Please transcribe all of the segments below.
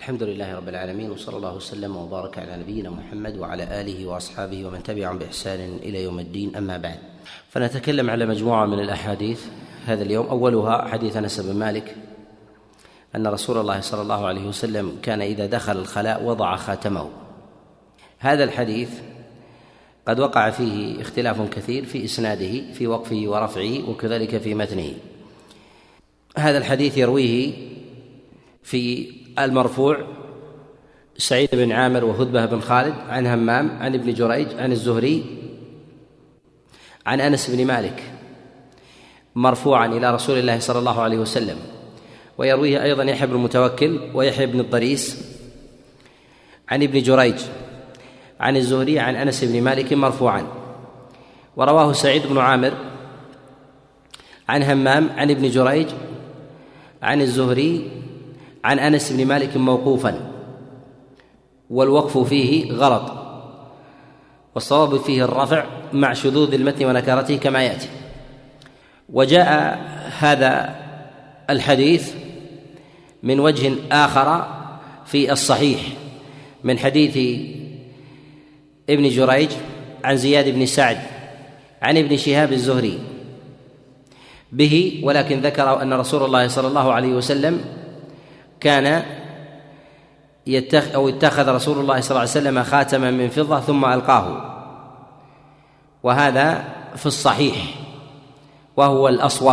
الحمد لله رب العالمين، وصلى الله وسلم وبارك على نبينا محمد وعلى آله وأصحابه ومن تبعهم بإحسان إلى يوم الدين. أما بعد، فنتكلم على مجموعة من الأحاديث هذا اليوم. أولها حديث أنس بن مالك أن رسول الله صلى الله عليه وسلم كان إذا دخل الخلاء وضع خاتمه. هذا الحديث قد وقع فيه اختلاف كثير في إسناده، في وقفه ورفعه، وكذلك في متنه. هذا الحديث يرويه في المرفوع سعيد بن عامر وهدبة بن خالد عن همام عن ابن جريج عن الزهري عن أنس بن مالك مرفوعا إلى رسول الله صلى الله عليه وسلم، ويرويه أيضا يحيى بن المتوكل ويحيى بن الضريس عن ابن جريج عن الزهري عن أنس بن مالك مرفوعا. ورواه سعيد بن عامر عن همام عن ابن جريج عن الزهري عن أنس بن مالك موقوفا، والوقف فيه غلط، والصواب فيه الرفع مع شذوذ المتن ونكارته كما يأتي. وجاء هذا الحديث من وجه آخر في الصحيح من حديث ابن جريج عن زياد بن سعد عن ابن شهاب الزهري به، ولكن ذكر أن رسول الله صلى الله عليه وسلم كان اتخذ رسول الله صلى الله عليه وسلم خاتما من فضة ثم ألقاه، وهذا في الصحيح وهو الأصوب.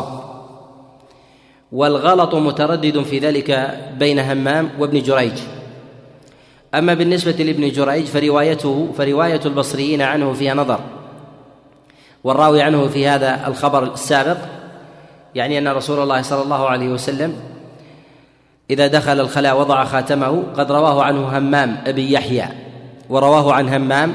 والغلط متردد في ذلك بين همام وابن جريج. أما بالنسبة لابن جريج فرواية البصريين عنه فيها نظر، والراوي عنه في هذا الخبر السابق يعني أن رسول الله صلى الله عليه وسلم إذا دخل الخلاء وضع خاتمه قد رواه عنه همام أبي يحيى، ورواه عن همام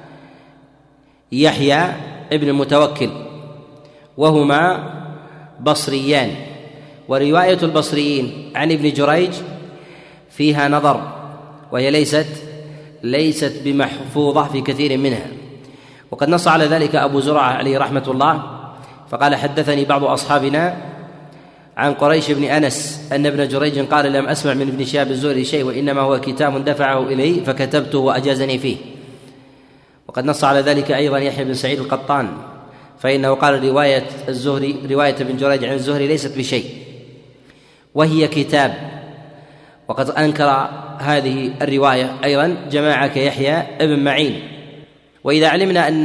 يحيى ابن المتوكل، وهما بصريان. ورواية البصريين عن ابن جريج فيها نظر، وهي ليست بمحفوظة في كثير منها. وقد نص على ذلك أبو زرعة عليه رحمة الله فقال: حدثني بعض أصحابنا عن قريش بن أنس أن ابن جريج قال: لم أسمع من ابن شهاب الزهري شيء، وإنما هو كتاب دفعه إلي فكتبته وأجازني فيه. وقد نص على ذلك أيضا يحيى بن سعيد القطان، فإنه قال: رواية ابن جريج عن الزهري ليست بشيء، وهي كتاب. وقد أنكر هذه الرواية أيضا جماعة كيحيى ابن معين. وإذا علمنا أن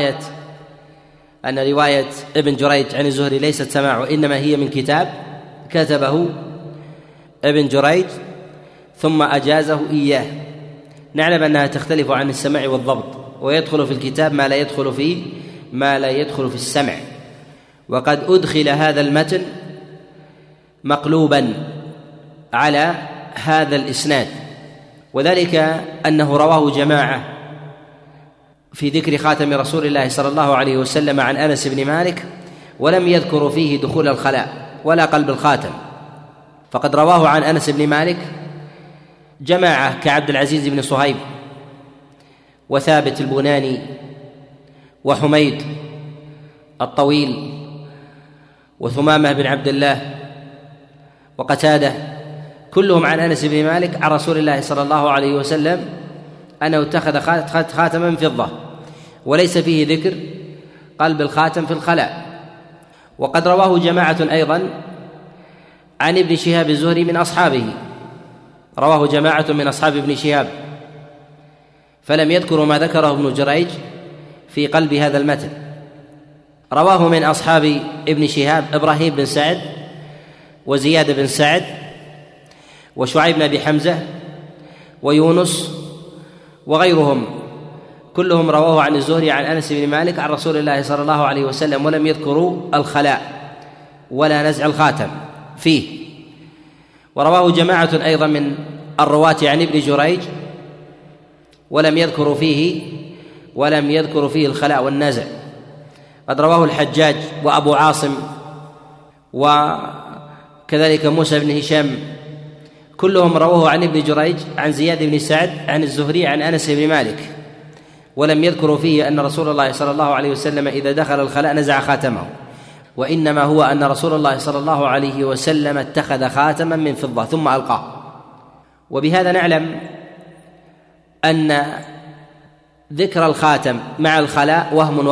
رواية ابن جريج عن الزهري ليست سماع وإنما هي من كتاب كتبه ابن جريج ثم أجازه إياه، نعلم أنها تختلف عن السماع والضبط، ويدخل في الكتاب ما لا يدخل في السمع. وقد أدخل هذا المتن مقلوبا على هذا الإسناد، وذلك أنه رواه جماعة في ذكر خاتم رسول الله صلى الله عليه وسلم عن أنس بن مالك، ولم يذكر فيه دخول الخلاء ولا قلب الخاتم. فقد رواه عن أنس بن مالك جماعة كعبد العزيز بن صهيب وثابت البناني وحميد الطويل وثمامة بن عبد الله وقتادة، كلهم عن أنس بن مالك عن رسول الله صلى الله عليه وسلم أنه اتخذ خاتما من فضة، وليس فيه ذكر قلب الخاتم في الخلاء. وقد رواه جماعة أيضا عن ابن شهاب الزهري من أصحابه، رواه جماعة من أصحاب ابن شهاب، فلم يذكروا ما ذكره ابن جريج في قلب هذا المتن. رواه من أصحاب ابن شهاب إبراهيم بن سعد وزياد بن سعد وشعيب بن أبي حمزة ويونس وغيرهم، كلهم رواه عن الزهري عن أنس بن مالك عن رسول الله صلى الله عليه وسلم، ولم يذكروا الخلاء ولا نزع الخاتم فيه. ورواه جماعة أيضا من الرواة عن ابن جريج ولم يذكروا فيه الخلاء والنزع. قد رواه الحجاج وأبو عاصم وكذلك موسى بن هشام، كلهم رواه عن ابن جريج عن زياد بن سعد عن الزهري عن أنس بن مالك، ولم يذكروا فيه أن رسول الله صلى الله عليه وسلم إذا دخل الخلاء نزع خاتمه، وإنما هو أن رسول الله صلى الله عليه وسلم اتخذ خاتما من فضة ثم ألقاه. وبهذا نعلم أن ذكر الخاتم مع الخلاء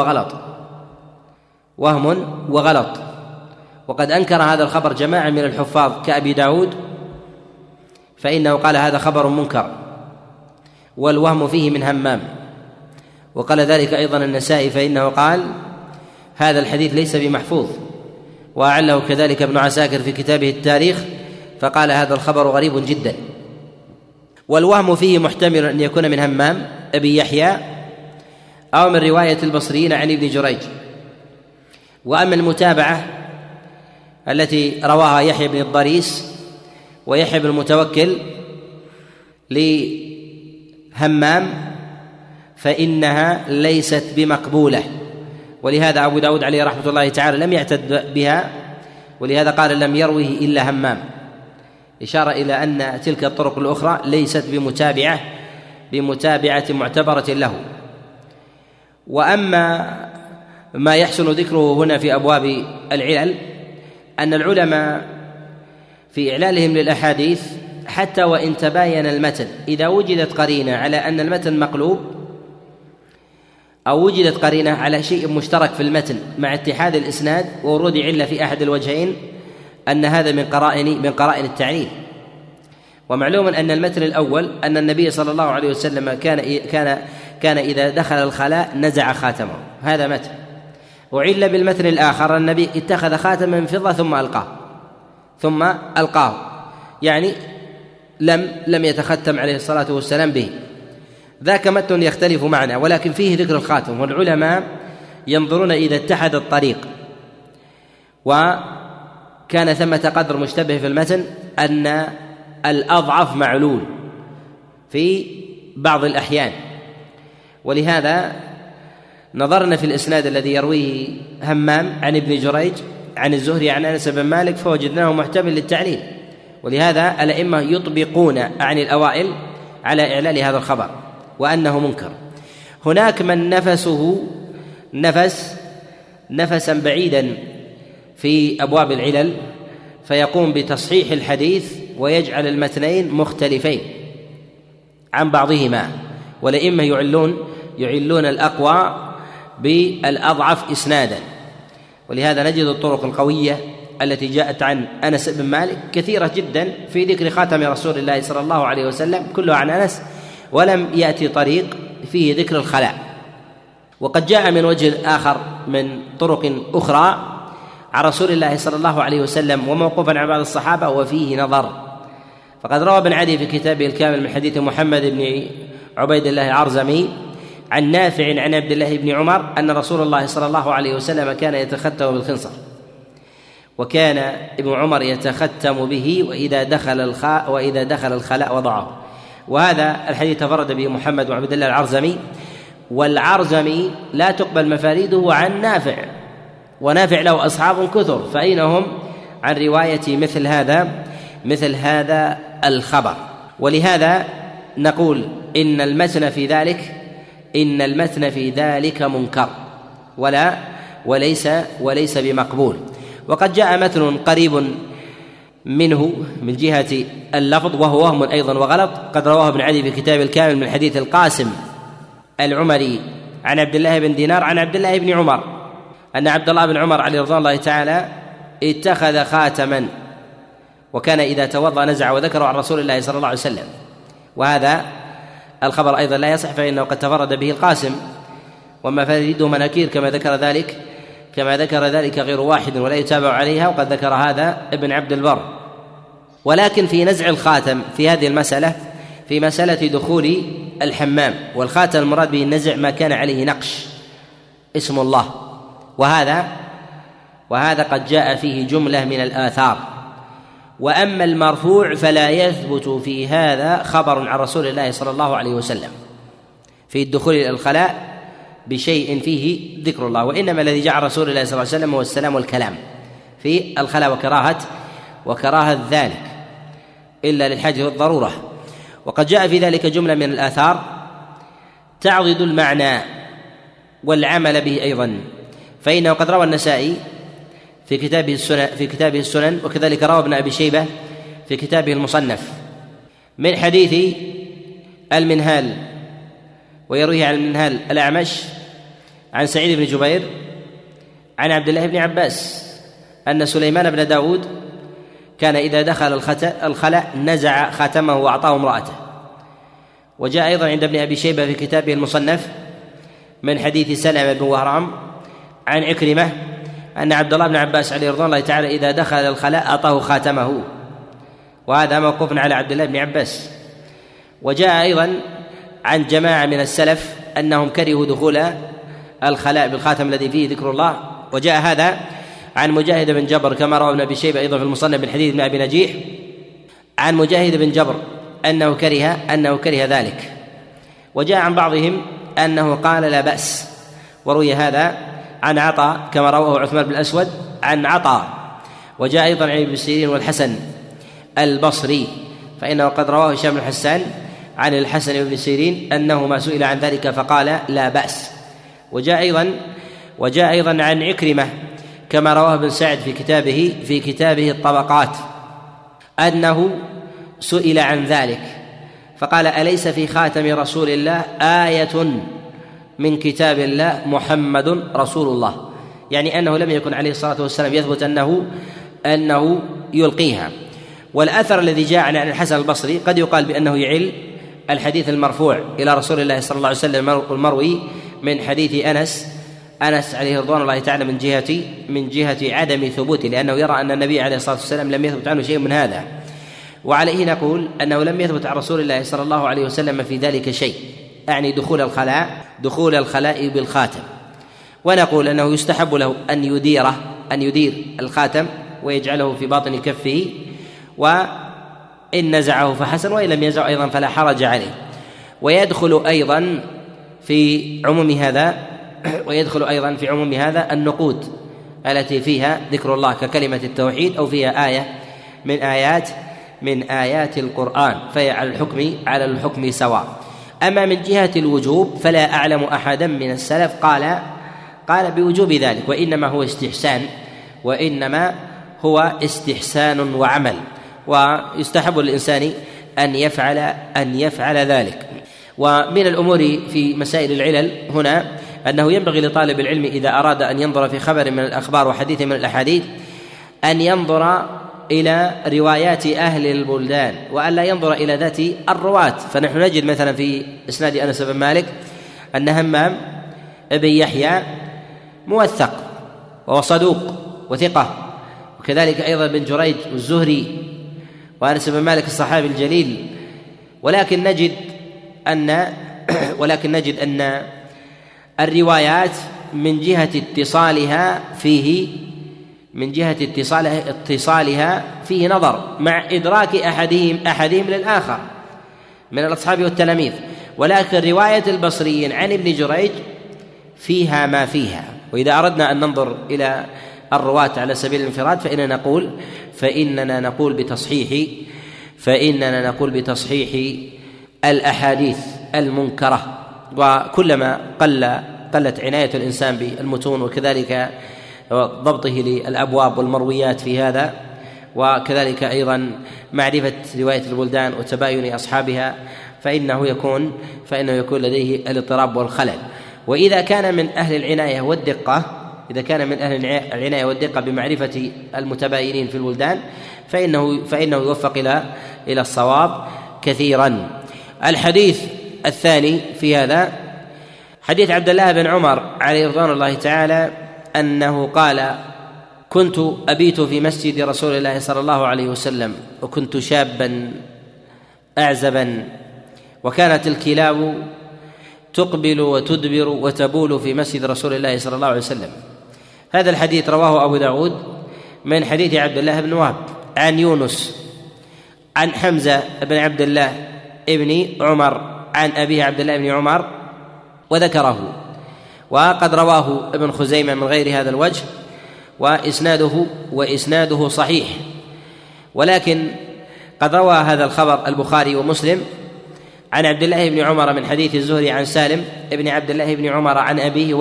وهم وغلط، وقد أنكر هذا الخبر جماعة من الحفاظ كأبي داود، فإنه قال هذا خبر منكر والوهم فيه من همام، وقال ذلك أيضا النسائي فإنه قال هذا الحديث ليس بمحفوظ، وأعله كذلك ابن عساكر في كتابه التاريخ فقال هذا الخبر غريب جدا. والوهم فيه محتمل أن يكون من همام أبي يحيى أو من رواية البصريين عن ابن جريج. وأما المتابعة التي رواها يحيى بن الضريس ويحيى بن المتوكل لهمام فإنها ليست بمقبولة، ولهذا أبو داود عليه رحمة الله تعالى لم يعتد بها، ولهذا قال لم يروه إلا همام، إشارة إلى أن تلك الطرق الأخرى ليست بمتابعة معتبرة له. وأما ما يحسن ذكره هنا في أبواب العلل أن العلماء في إعلالهم للأحاديث حتى وإن تباين المتن إذا وجدت قرينة على أن المتن مقلوب أو وجدت قرينة على شيء مشترك في المتن مع اتحاد الإسناد وورود علة في أحد الوجهين أن هذا من قرائن التعليل. ومعلوم أن المتن الأول أن النبي صلى الله عليه وسلم كان إذا دخل الخلاء نزع خاتمه، هذا متن. وعل بالمتن الآخر النبي اتخذ خاتما من فضة ثم ألقاه، يعني لم يتختم عليه الصلاة والسلام به. ذاك متن يختلف معنا ولكن فيه ذكر الخاتم، والعلماء ينظرون إذا اتحد الطريق وكان ثمة قدر مشتبه في المتن أن الأضعف معلول في بعض الأحيان، ولهذا نظرنا في الإسناد الذي يرويه همام عن ابن جريج عن الزهري عن أنس بن مالك فوجدناه محتمل للتعليل، ولهذا الأئمة يطبقون عن الأوائل على إعلال هذا الخبر وأنه منكر. هناك من نفسه نفسا بعيدا في أبواب العلل فيقوم بتصحيح الحديث ويجعل المتنين مختلفين عن بعضهما، والأئمة يعلون الأقوى بالأضعف إسنادا، ولهذا نجد الطرق القوية التي جاءت عن أنس بن مالك كثيرة جدا في ذكر خاتم رسول الله صلى الله عليه وسلم كله عن أنس، ولم يأتي طريق فيه ذكر الخلاء. وقد جاء من وجه آخر من طرق أخرى عن رسول الله صلى الله عليه وسلم وموقوفا عن بعض الصحابة وفيه نظر، فقد روى ابن عدي في كتابه الكامل من حديث محمد بن عبيد الله العرزمي عن نافع عن عبد الله بن عمر أن رسول الله صلى الله عليه وسلم كان يتختم بالخنصر، وكان ابن عمر يتختم به وإذا دخل الخلاء وضعه. وهذا الحديث تفرد به محمد بن عبد الله العرزمي، والعرزمي لا تقبل مفاريده عن نافع، ونافع له أصحاب كثر، فأين هم عن رواية مثل هذا الخبر؟ ولهذا نقول إن المتن في ذلك منكر وليس بمقبول. وقد جاء متن قريب منه من جهة اللفظ وهو وهم أيضا وغلط، قد رواه ابن عدي في كتاب الكامل من حديث القاسم العمري عن عبد الله بن دينار عن عبد الله بن عمر أن عبد الله بن عمر عليه رضوان الله تعالى اتخذ خاتما وكان إذا توضأ نزع، وذكره عن رسول الله صلى الله عليه وسلم. وهذا الخبر أيضا لا يصح، فإنه قد تفرد به القاسم ومفاريده مناكير كما ذكر ذلك غير واحد ولا يتابع عليها، وقد ذكر هذا ابن عبد البر. ولكن في نزع الخاتم في هذه المسألة في مسألة دخول الحمام، والخاتم المراد به النزع ما كان عليه نقش اسم الله، وهذا قد جاء فيه جملة من الآثار. وأما المرفوع فلا يثبت في هذا خبر عن رسول الله صلى الله عليه وسلم في الدخول إلى الخلاء بشيء فيه ذكر الله، وإنما الذي جاء عن رسول الله صلى الله عليه وسلم هو السلام والكلام في الخلاء وكراهة ذلك إلا للحاجة والضرورة. وقد جاء في ذلك جملة من الآثار تعضد المعنى والعمل به أيضا، فإنه قد روى النسائي في كتابه السنن وكذلك روى ابن أبي شيبة في كتابه المصنف من حديث المنهال، ويرويه عن المنهال الأعمش عن سعيد بن جبير عن عبد الله بن عباس أن سليمان بن داود كان إذا دخل الخلاء نزع خاتمه وأعطاه امرأته. وجاء أيضا عند ابن أبي شيبة في كتابه المصنف من حديث سلمة بن وهرام عن عكرمة أن عبد الله بن عباس عليه رضوان الله تعالى إذا دخل الخلاء أعطاه خاتمه، وهذا موقوف على عبد الله بن عباس. وجاء أيضا عن جماعة من السلف أنهم كرهوا دخول الخلاء بالخاتم الذي فيه ذكر الله. وجاء هذا عن مجاهد بن جبر كما روى ابن أبي شيبة أيضا في المصنف من حديث ابن أبي نجيح عن مجاهد بن جبر أنه كره ذلك. وجاء عن بعضهم أنه قال لا بأس، وروي هذا عن عطاء كما رواه عثمان بن الأسود عن عطاء. وجاء أيضا عن ابن سيرين والحسن البصري فإنه قد رواه هشام بن حسان عن الحسن بن سيرين أنهما سئل عن ذلك فقال لا بأس. وجاء أيضا عن عكرمة كما رواه ابن سعد في كتابه الطبقات أنه سئل عن ذلك فقال أليس في خاتم رسول الله آية من كتاب الله محمد رسول الله، يعني أنه لم يكن عليه الصلاة والسلام يثبت أنه يلقيها. والأثر الذي جاء عن الحسن البصري قد يقال بأنه يعل الحديث المرفوع إلى رسول الله صلى الله عليه وسلم المروي من حديث أنس عليه رضوان الله تعالى من جهة عدم ثبوته، لأنه يرى أن النبي عليه الصلاة والسلام لم يثبت عنه شيء من هذا. وعليه نقول أنه لم يثبت عن رسول الله صلى الله عليه وسلم في ذلك شيء، أعني دخول الخلاء بالخاتم. ونقول أنه يستحب له أن يدير الخاتم ويجعله في باطن كفه، وإن نزعه فحسن وإن لم ينزع أيضا فلا حرج عليه. ويدخل أيضا في عموم هذا النقود التي فيها ذكر الله ككلمة التوحيد أو فيها آية من آيات القرآن، فهي على الحكم سواء. أما من جهة الوجوب فلا أعلم أحدا من السلف قال بوجوب ذلك، وإنما هو استحسان وعمل، ويستحب للإنسان أن يفعل ذلك. ومن الأمور في مسائل العلل هنا أنه ينبغي لطالب العلم إذا أراد أن ينظر في خبر من الأخبار وحديث من الأحاديث أن ينظر إلى روايات أهل البلدان وألا ينظر إلى ذات الرواة. فنحن نجد مثلا في إسناد أنس بن مالك أن همام بن يحيى موثق وهو صدوق وثقة، وكذلك أيضا بن جريج والزهري وأنس بن مالك الصحابي الجليل، ولكن نجد أن الروايات من جهة اتصالها فيه نظر مع إدراك أحدهم للآخر من الأصحاب والتلاميذ، ولكن رواية البصريين عن ابن جريج فيها ما فيها. وإذا أردنا أن ننظر إلى الرواة على سبيل الانفراد فإننا نقول بتصحيح الأحاديث المنكرة. وكلما قلت عناية الإنسان بالمتون وكذلك ضبطه للأبواب والمرويات في هذا، وكذلك أيضا معرفة رواية البلدان وتباين أصحابها، فإنه يكون لديه الاضطراب والخلل. وإذا كان من أهل العناية والدقة بمعرفة المتباينين في البلدان فإنه يوفق إلى الصواب كثيرا. الحديث الثاني في هذا حديث عبد الله بن عمر عليه رضوان الله تعالى أنه قال: كنت أبيت في مسجد رسول الله صلى الله عليه وسلم وكنت شابا أعزبا، وكانت الكلاب تقبل وتدبر وتبول في مسجد رسول الله صلى الله عليه وسلم. هذا الحديث رواه أبو داود من حديث عبد الله بن وهب عن يونس عن حمزة بن عبد الله ابن عمر عن أبيه عبد الله بن عمر وذكره، وقد رواه ابن خزيمة من غير هذا الوجه وإسناده صحيح. ولكن قد روى هذا الخبر البخاري ومسلم عن عبد الله بن عمر من حديث الزهري عن سالم ابن عبد الله بن عمر عن أبيه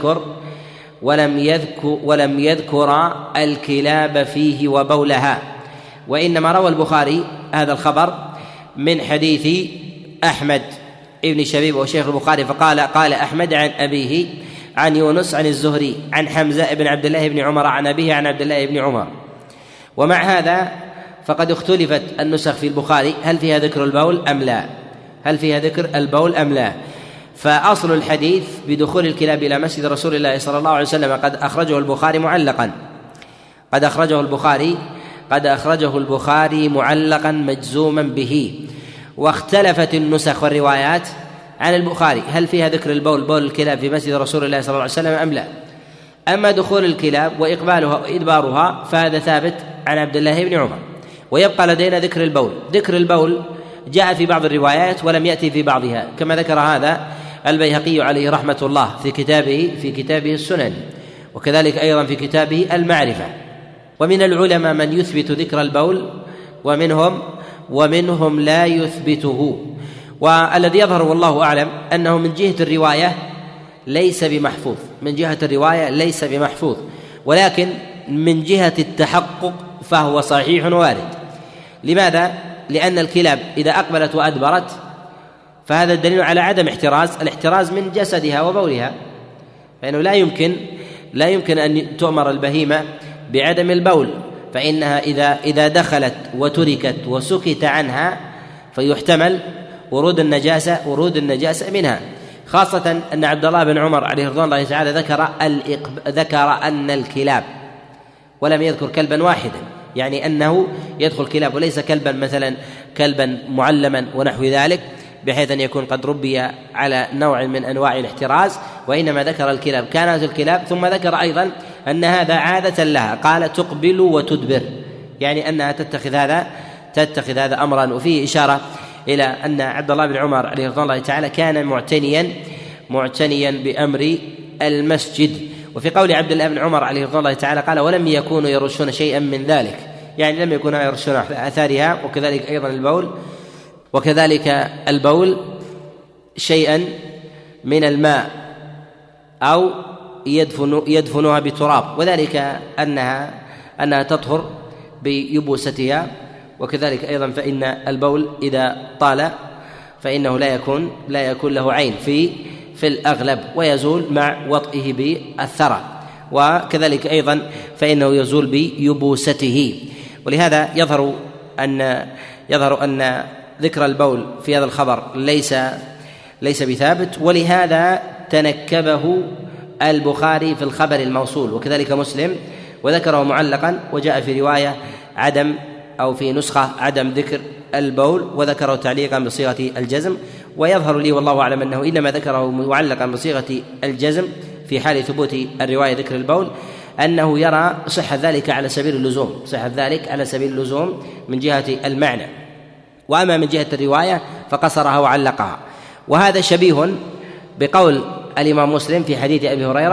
ولم يذكر الكلاب فيه وبولها، وإنما روى البخاري هذا الخبر من حديث أحمد ابن شبيب وشيخ البخاري قال أحمد عن أبيه عن يونس عن الزهري عن حمزة بن عبد الله بن عمر عن أبيه عن عبد الله بن عمر. ومع هذا فقد اختلفت النسخ في البخاري هل فيها ذكر البول أم لا، فأصل الحديث بدخول الكلاب إلى مسجد رسول الله صلى الله عليه وسلم قد أخرجه البخاري معلقا مجزوما به. واختلفت النسخ والروايات عن البخاري هل فيها ذكر بول الكلاب في مسجد رسول الله صلى الله عليه وسلم أم لا. أما دخول الكلاب وإقبالها وإدبارها فهذا ثابت عن عبد الله بن عمر. ويبقى لدينا ذكر البول جاء في بعض الروايات ولم يأتي في بعضها، كما ذكر هذا البيهقي عليه رحمة الله في كتابه السنن، وكذلك أيضا في كتابه المعرفة. ومن العلماء من يثبت ذكر البول ومنهم لا يثبته. والذي يظهر والله أعلم أنه من جهة الرواية ليس بمحفوظ، ولكن من جهة التحقق فهو صحيح وارد. لماذا؟ لأن الكلاب إذا أقبلت وأدبرت فهذا الدليل على عدم الاحتراز من جسدها وبولها، فإنه لا يمكن أن تؤمر البهيمة بعدم البول، فإنها إذا دخلت وتركت وسكت عنها فيحتمل ورود النجاسة منها، خاصة أن عبد الله بن عمر عليه رضوان الله تعالى ذكر أن الكلاب، ولم يذكر كلبا واحدا، يعني أنه يدخل كلاب وليس كلبا مثلا كلبا معلما ونحو ذلك، بحيث أن يكون قد ربي على نوع من أنواع الاحتراز، وإنما ذكر الكلاب كانت الكلاب، ثم ذكر أيضا أن هذا عادة لها، قال تقبل وتدبر، يعني أنها تتخذ هذا أمرا. وفيه إشارة إلى أن عبد الله بن عمر عليه رضوان الله تعالى كان معتنيا بأمر المسجد. وفي قول عبد الله بن عمر عليه رضوان الله تعالى قال ولم يكونوا يرشون شيئا من ذلك، يعني لم يكونوا يرشون آثارها، وكذلك أيضا البول شيئا من الماء أو يدفنها بتراب، وذلك أنها تطهر بيبوستها. وكذلك أيضا فإن البول إذا طال فإنه لا يكون له عين في الأغلب، ويزول مع وطئه بالثرى، وكذلك أيضا فإنه يزول بيبوسته. ولهذا يظهر أن ذكر البول في هذا الخبر ليس بثابت، ولهذا تنكبه البخاري في الخبر الموصول، وكذلك مسلم، وذكره معلقا، وجاء في رواية في نسخة عدم ذكر البول، وذكره تعليقا بصيغة الجزم. ويظهر لي والله أعلم أنه إنما ذكره معلقا بصيغة الجزم في حال ثبوت الرواية ذكر البول، أنه يرى صحة ذلك على سبيل اللزوم من جهة المعنى، وأما من جهة الرواية فقصرها وعلقها. وهذا شبيه بقول الإمام مسلم في حديث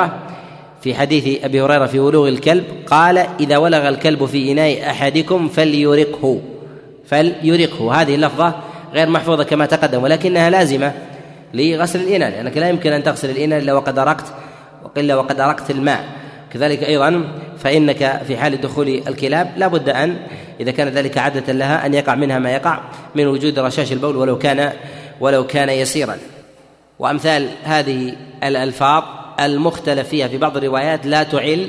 أبي هريرة في ولوغ الكلب، قال إذا ولغ الكلب في إناء أحدكم فليرقه. هذه اللفظة غير محفوظة كما تقدم، ولكنها لازمة لغسل الإناء، لأنك لا يمكن أن تغسل الإناء إلا وقد أرقت الماء. كذلك أيضا فإنك في حال دخول الكلاب لا بد أن إذا كان ذلك عادة لها أن يقع منها ما يقع من وجود رشاش البول ولو كان يسيرا. وأمثال هذه الألفاظ المختلف فيها في بعض الروايات لا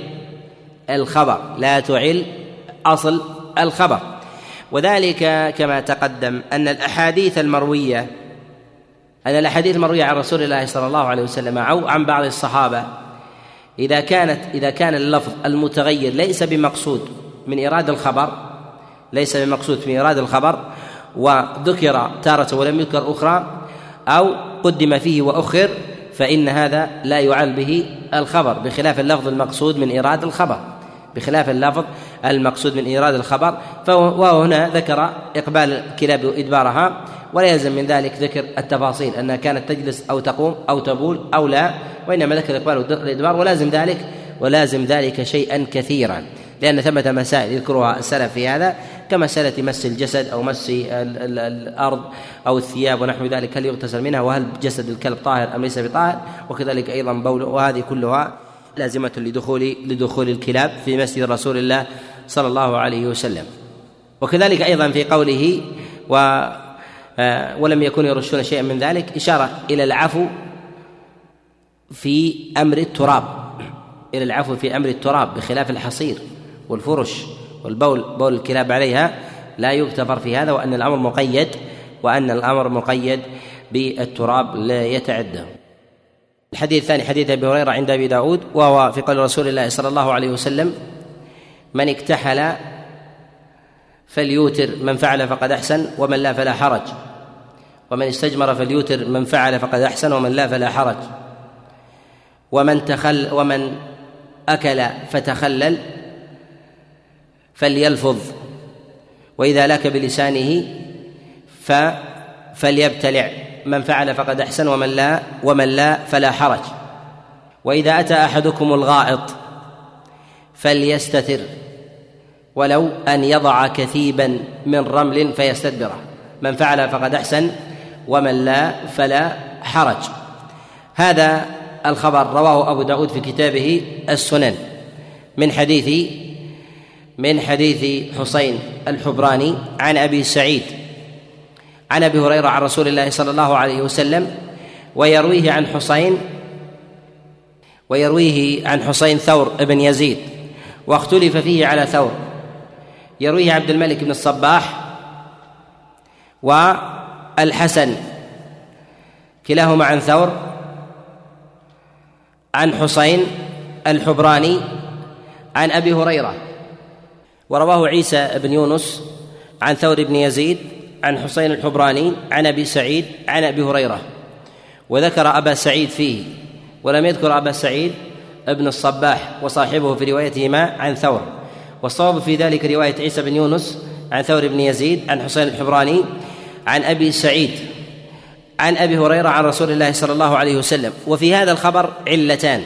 تعل أصل الخبر. وذلك كما تقدم أن الأحاديث المروية عن رسول الله صلى الله عليه وسلم أو عن بعض الصحابة إذا كان اللفظ المتغير ليس بمقصود من إيراد الخبر وذكر تارة ولم يذكر أخرى، أو قدم فيه وأخر، فإن هذا لا يعل به الخبر، بخلاف اللفظ المقصود من إيراد الخبر. فهو هنا ذكر إقبال الكلاب وإدبارها، ولا يلزم من ذلك ذكر التفاصيل أنها كانت تجلس أو تقوم أو تبول أو لا، وإنما ذكر إقبال والإدبار، ولازم ذلك شيئا كثيرا، لأن ثمة مسائل يذكرها السلف في هذا، كمسألة مس الجسد أو مس الأرض أو الثياب ونحو ذلك، هل يغتسل منها، وهل جسد الكلب طاهر أم ليس بطاهر، وكذلك أيضا بوله، وهذه كلها لازمة لدخول الكلاب في مسجد رسول الله صلى الله عليه وسلم. وكذلك أيضا في قوله ولم يكونوا يرشون شيئا من ذلك، إشارة إلى العفو في أمر التراب، إلى العفو في أمر التراب، بخلاف الحصير والفرش والبول، بول الكلاب عليها لا يغتفر في هذا، وأن الأمر مقيد بالتراب لا يتعدى. الحديث الثاني حديث أبي هريرة عند أبي داود، وهو في قول رسول الله صلى الله عليه وسلم: من اكتحل فليوتر، من فعل فقد أحسن ومن لا فلا حرج، ومن استجمر فليوتر، من فعل فقد أحسن ومن لا فلا حرج، ومن أكل فتخلل فليلفظ، وإذا لك بلسانه فليبتلع، من فعل فقد أحسن ومن لا فلا حرج، وإذا أتى أحدكم الغائط فليستتر ولو أن يضع كثيبا من رمل فيستدبره، من فعل فقد أحسن ومن لا فلا حرج. هذا الخبر رواه أبو داود في كتابه السنن من حديث حسين الحبراني عن أبي سعيد عن أبي هريرة عن رسول الله صلى الله عليه وسلم، ويرويه عن حسين ثور بن يزيد، واختلف فيه على ثور، يرويه عبد الملك بن الصباح والحسن كلاهما عن ثور عن حسين الحبراني عن أبي هريرة، ورواه عيسى بن يونس عن ثور بن يزيد عن حسين الحبراني عن أبي سعيد عن أبي هريرة، وذكر أبا سعيد فيه ولم يذكر أبا سعيد ابن الصباح وصاحبه في روايتهما عن ثور، والصواب في ذلك رواية عيسى بن يونس عن ثور بن يزيد عن حسين الحبراني عن أبي سعيد عن أبي هريرة عن رسول الله صلى الله عليه وسلم. وفي هذا الخبر علتان،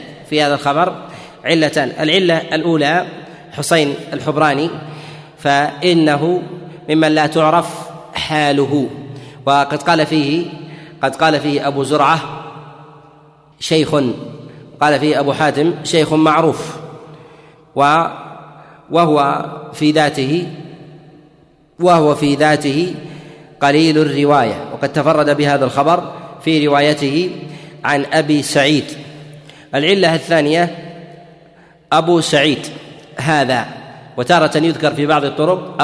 العلة الأولى حسين الحبراني فإنه ممن لا تعرف حاله، وقد قال فيه أبو زرعة شيخ، قال فيه أبو حاتم شيخ معروف، وهو في ذاته قليل الرواية، وقد تفرد بهذا الخبر في روايته عن أبي سعيد. العلة الثانية أبو سعيد هذا، وتارة يذكر في بعض الطرق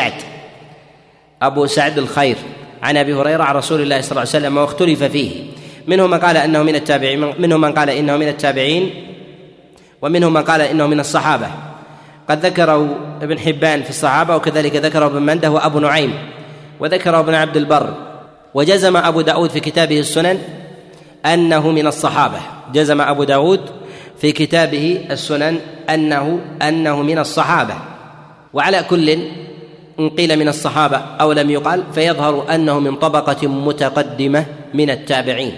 أبو سعد الخير عن أبي هريرة عن رسول الله صلى الله عليه وسلم، واختلف فيه، منهم من قال إنه من التابعين، ومنهم من قال إنه من الصحابة، قد ذكره ابن حبان في الصحابة، وكذلك ذكره ابن منده وأبو نعيم، وذكره ابن عبد البر، وجزم أبو داود في كتابه السنن أنه من الصحابة، جزم أبو داود في كتابه السنن أنه من الصحابة. وعلى كل إن قيل من الصحابة أو لم يقال فيظهر أنه من طبقة متقدمة من التابعين،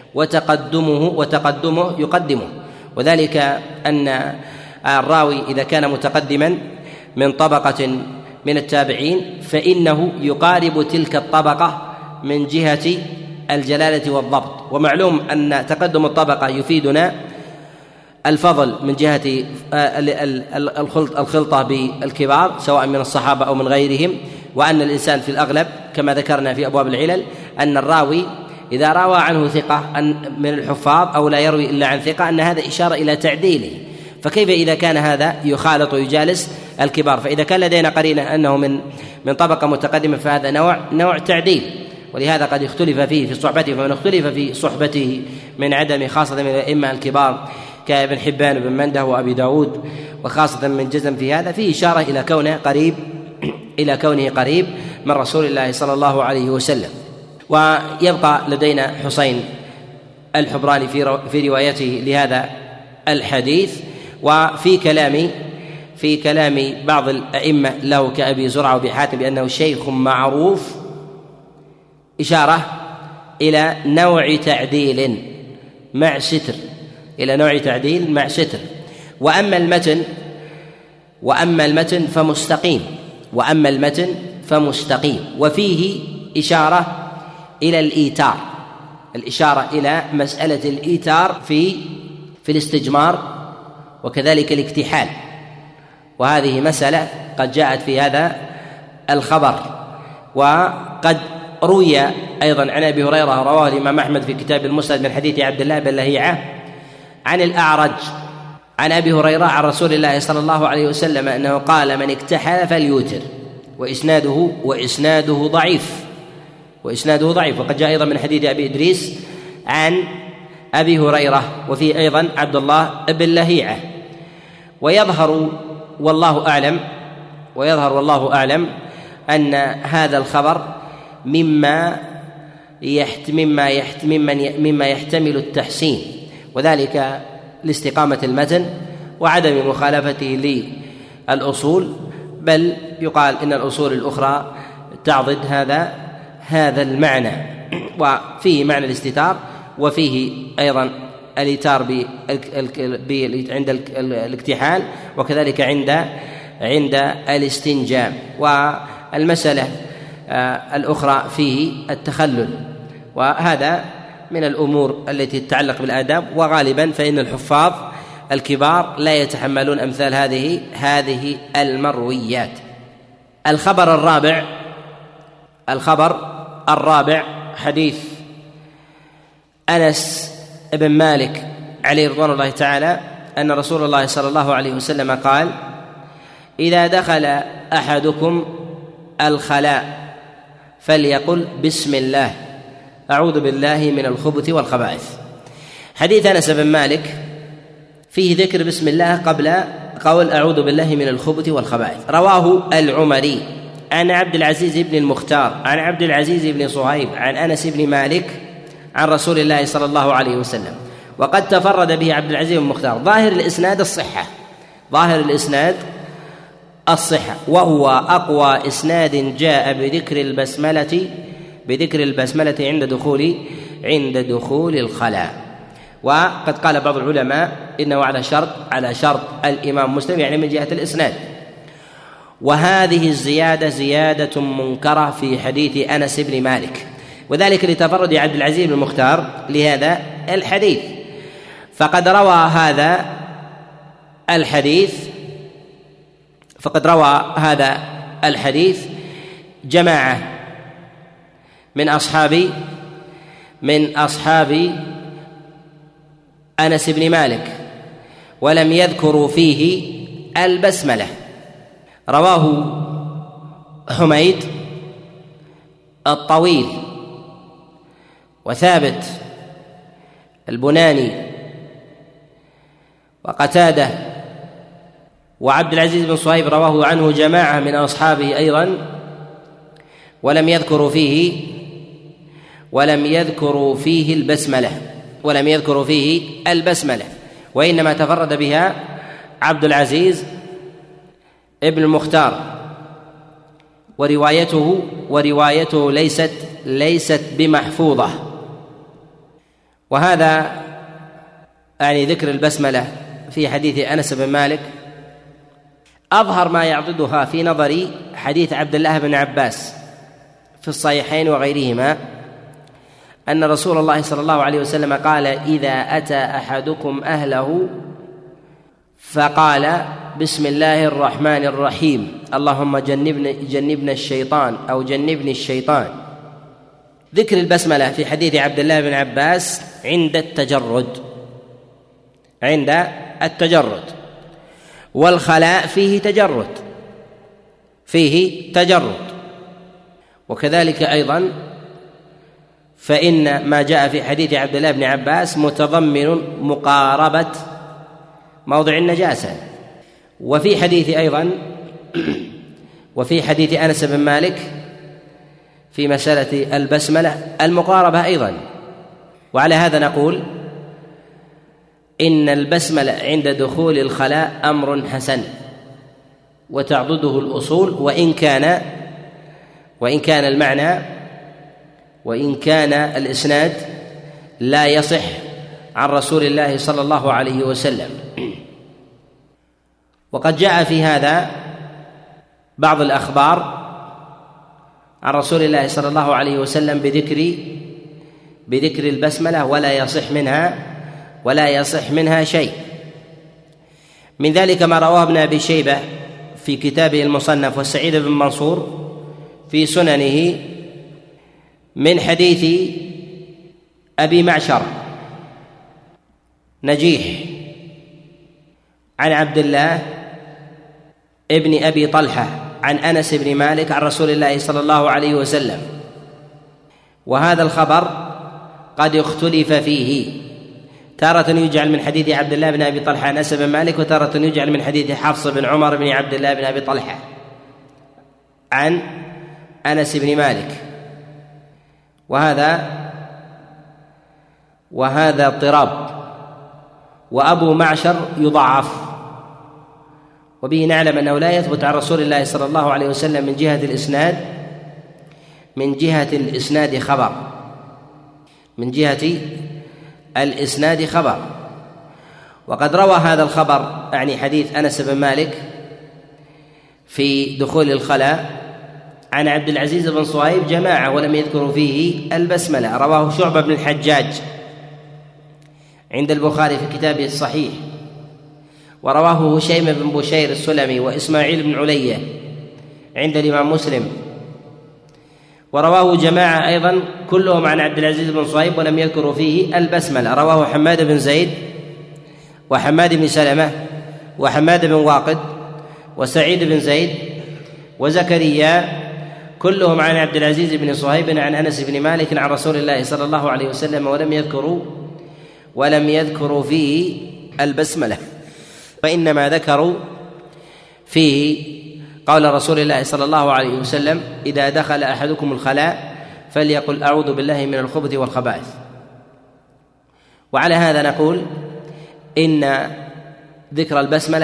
وتقدمه يقدمه، وذلك أن الراوي إذا كان متقدما من طبقة من التابعين فإنه يقارب تلك الطبقة من جهة الجلالة والضبط، ومعلوم أن تقدم الطبقة يفيدنا الفضل من جهة الخلطة بالكبار سواء من الصحابة أو من غيرهم، وأن الإنسان في الأغلب كما ذكرنا في أبواب العلل أن الراوي إذا روى عنه ثقة من الحفاظ أو لا يروي إلا عن ثقة أن هذا إشارة إلى تعديله، فكيف إذا كان هذا يخالط ويجالس الكبار؟ فإذا كان لدينا قرينة أنه من طبقة متقدمة فهذا نوع تعديل، ولهذا قد اختلف فيه في صحبته، فمن اختلف في صحبته من عدم خاصة من الأئمة الكبار كابن حبان وابن منده وأبي داود، وخاصة من جزم في هذا فيه إشارة إلى كونه قريب من رسول الله صلى الله عليه وسلم. ويبقى لدينا حسين الحبراني في روايته لهذا الحديث، وفي كلام بعض الأئمة له كأبي زرعة وأبي حاتم بأنه شيخ معروف إشارة إلى نوع تعديل مع ستر، وأما المتن فمستقيم، وفيه إشارة إلى الإشارة إلى مسألة الإيتار في الاستجمار وكذلك الاكتحال، وهذه مسألة قد جاءت في هذا الخبر، وقد روي أيضا عن أبي هريرة، رواه الإمام أحمد في كتاب المسند من حديث عبد الله بن لهيعة عن الأعرج عن أبي هريرة عن رسول الله صلى الله عليه وسلم أنه قال: من اكتحل فليوتر. وإسناده ضعيف. وقد جاء أيضا من حديث أبي إدريس عن أبي هريرة، وفيه أيضا عبد الله بن لهيعة. ويظهر والله أعلم أن هذا الخبر مما يحتمل التحسين، وذلك لاستقامة المتن وعدم مخالفته للأصول، بل يقال إن الأصول الأخرى تعضد هذا المعنى، وفيه معنى الاستتار، وفيه أيضا الإتار عند الاكتحال، وكذلك عند الاستنجاء. والمسألة الأخرى فيه التخلل، وهذا من الأمور التي تتعلق بالآداب، وغالبا فإن الحفاظ الكبار لا يتحملون أمثال هذه المرويات. الخبر الرابع حديث أنس بن مالك عليه رضوان الله تعالى أن رسول الله صلى الله عليه وسلم قال: إذا دخل أحدكم الخلاء فليقل بسم الله، أعوذ بالله من الخبث والخبائث. حديث أنس بن مالك فيه ذكر بسم الله قبل قول أعوذ بالله من الخبث والخبائث. رواه العمري عن عبد العزيز بن المختار عن عبد العزيز بن صهيب عن أنس بن مالك عن رسول الله صلى الله عليه وسلم، وقد تفرد به عبد العزيز بن المختار. ظاهر الإسناد الصحة، وهو أقوى إسناد جاء بذكر البسملة عند دخول الخلاء. وقد قال بعض العلماء إنه على شرط الإمام مسلم، يعني من جهة الإسناد. وهذه الزيادة زيادة منكرة في حديث أنس بن مالك، وذلك لتفرد عبد العزيز بن المختار لهذا الحديث. فقد روى هذا الحديث جماعة من أصحاب أنس بن مالك، ولم يذكروا فيه البسملة. رواه حميد الطويل، وثابت البناني، وقتادة، وعبد العزيز بن صهيب رواه عنه جماعة من أصحابه أيضا، ولم يذكروا فيه البسملة، وإنما تفرد بها عبد العزيز ابن المختار، وروايته ليست بمحفوظة. وهذا يعني ذكر البسملة في حديث أنس بن مالك أظهر ما يعضدها في نظري حديث عبد الله بن عباس في الصحيحين وغيرهما أن رسول الله صلى الله عليه وسلم قال: إذا أتى أحدكم أهله فقال بسم الله الرحمن الرحيم اللهم جنبنا الشيطان أو جنبني الشيطان. ذكر البسملة في حديث عبد الله بن عباس عند التجرد، والخلاء فيه تجرد. وكذلك أيضا فإن ما جاء في حديث عبد الله بن عباس متضمن مقاربة موضع النجاسة. وفي حديث أنس بن مالك في مسألة البسملة المقاربة أيضا. وعلى هذا نقول إن البسملة عند دخول الخلاء أمر حسن وتعضده الأصول، وإن كان الإسناد لا يصح عن رسول الله صلى الله عليه وسلم. وقد جاء في هذا بعض الأخبار عن رسول الله صلى الله عليه وسلم بذكر البسملة ولا يصح منها شيء. من ذلك ما رواه ابن أبي شيبة في كتابه المصنف، والسعيد بن منصور في سننه من حديث أبي معشر نجيح عن عبد الله ابن أبي طلحة عن أنس بن مالك عن رسول الله صلى الله عليه وسلم. وهذا الخبر قد اختلف فيه، تارة يجعل من حديث عبد الله بن أبي طلحة عن أنس بن مالك، وتارة يجعل من حديث حفص بن عمر بن عبد الله بن أبي طلحة عن أنس بن مالك، وهذا اضطراب، وأبو معشر يضعف، وبه نعلم أنه لا يثبت عن رسول الله صلى الله عليه وسلم من جهة الإسناد خبر. وقد روى هذا الخبر يعني حديث أنس بن مالك في دخول الخلاء عن عبد العزيز بن صهيب جماعة ولم يذكروا فيه البسملة. رواه شعبة بن الحجاج عند البخاري في كتابه الصحيح، ورواه هشيم بن بشير السلمي وإسماعيل بن علية عند الإمام مسلم، ورواه جماعة أيضا كلهم عن عبد العزيز بن صهيب ولم يذكروا فيه البسملة. رواه حماد بن زيد وحماد بن سلمة وحماد بن واقد وسعيد بن زيد وزكريا، كلهم عن عبد العزيز بن صهيب عن أنس بن مالك عن رسول الله صلى الله عليه وسلم ولم يذكروا فيه البسملة، وإنما ذكروا فيه قول رسول الله صلى الله عليه وسلم: إذا دخل أحدكم الخلاء فليقل أعوذ بالله من الخبث والخبائث. وعلى هذا نقول إن ذكر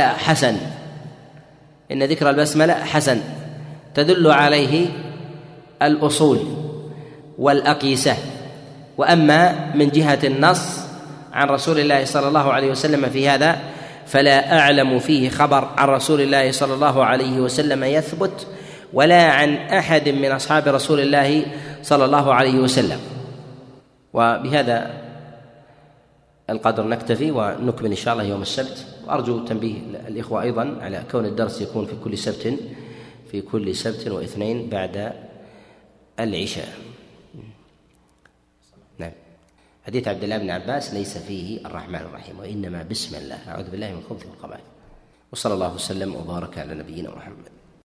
البسملة حسن، تدل عليه الأصول والأقيسة. وأما من جهة النص عن رسول الله صلى الله عليه وسلم في هذا فلا أعلم فيه خبر عن رسول الله صلى الله عليه وسلم يثبت، ولا عن أحد من أصحاب رسول الله صلى الله عليه وسلم. وبهذا القدر نكتفي، ونكمل إن شاء الله يوم السبت. وأرجو تنبيه الإخوة أيضا على كون الدرس يكون في كل سبت واثنين بعد العشاء. نعم. حديث عبد الله بن عباس ليس فيه الرحمن الرحيم، وإنما بسم الله، أعوذ بالله من الخبث والخبائث. وصلى الله وسلم وبارك على نبينا محمد.